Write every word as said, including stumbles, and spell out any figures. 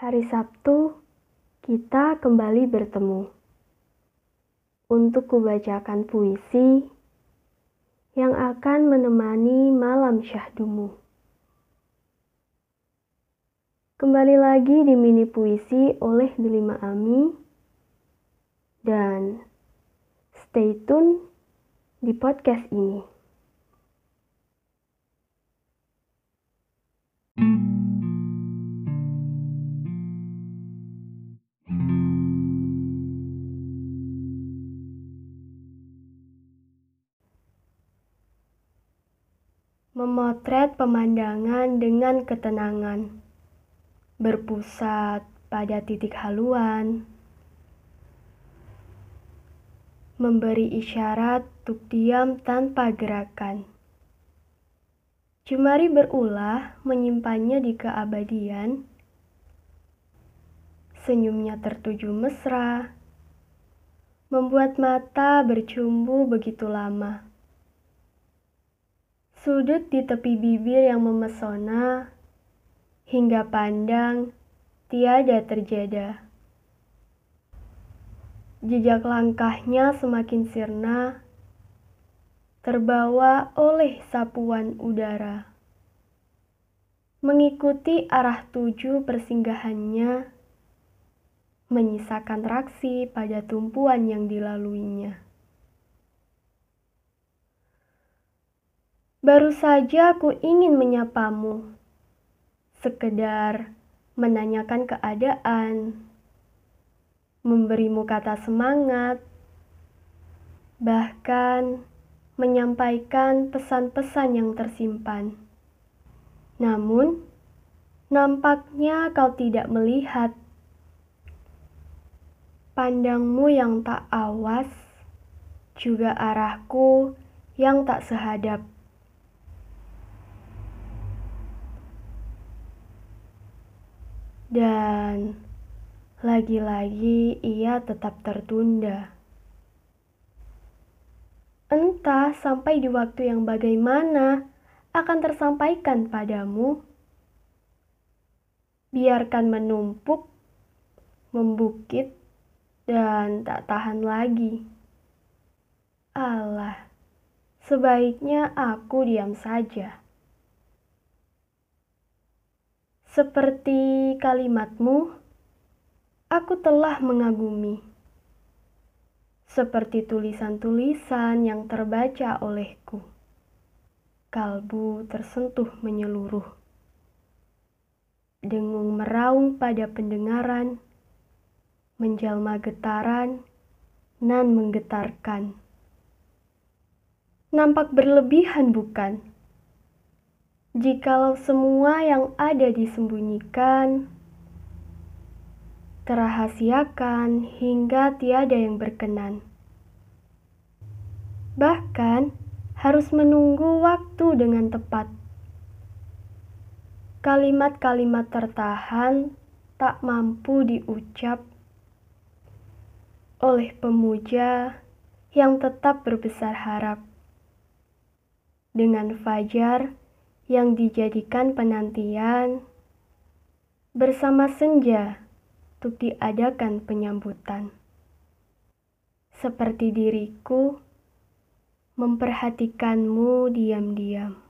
Hari Sabtu, kita kembali bertemu untuk kubacakan puisi yang akan menemani malam syahdumu. Kembali lagi di mini puisi oleh Delima Ami, dan stay tune di podcast ini. Memotret pemandangan dengan ketenangan, berpusat pada titik haluan, memberi isyarat untuk diam tanpa gerakan. Jemari berulah menyimpannya di keabadian, senyumnya tertuju mesra, membuat mata bercumbu begitu lama. Sudut di tepi bibir yang memesona, hingga pandang tiada terjeda. Jejak langkahnya semakin sirna, terbawa oleh sapuan udara. Mengikuti arah tuju persinggahannya, menyisakan reaksi pada tumpuan yang dilaluinya. Baru saja aku ingin menyapamu, sekedar menanyakan keadaan, memberimu kata semangat, bahkan menyampaikan pesan-pesan yang tersimpan. Namun, nampaknya kau tidak melihat. Pandangmu yang tak awas, juga arahku yang tak sehadap. Dan lagi-lagi ia tetap tertunda. Entah sampai di waktu yang bagaimana akan tersampaikan padamu. Biarkan menumpuk, membukit, dan tak tahan lagi. Alah, sebaiknya aku diam saja. Seperti kalimatmu, aku telah mengagumi. Seperti tulisan-tulisan yang terbaca olehku. Kalbu tersentuh menyeluruh. Dengung meraung pada pendengaran, menjalma getaran, nan menggetarkan. Nampak berlebihan bukan? Jikalau semua yang ada disembunyikan, terahasiakan hingga tiada yang berkenan. Bahkan harus menunggu waktu dengan tepat. Kalimat-kalimat tertahan tak mampu diucap oleh pemuja yang tetap berbesar harap. Dengan fajar yang dijadikan penantian, bersama senja untuk diadakan penyambutan. Seperti diriku memperhatikanmu diam-diam.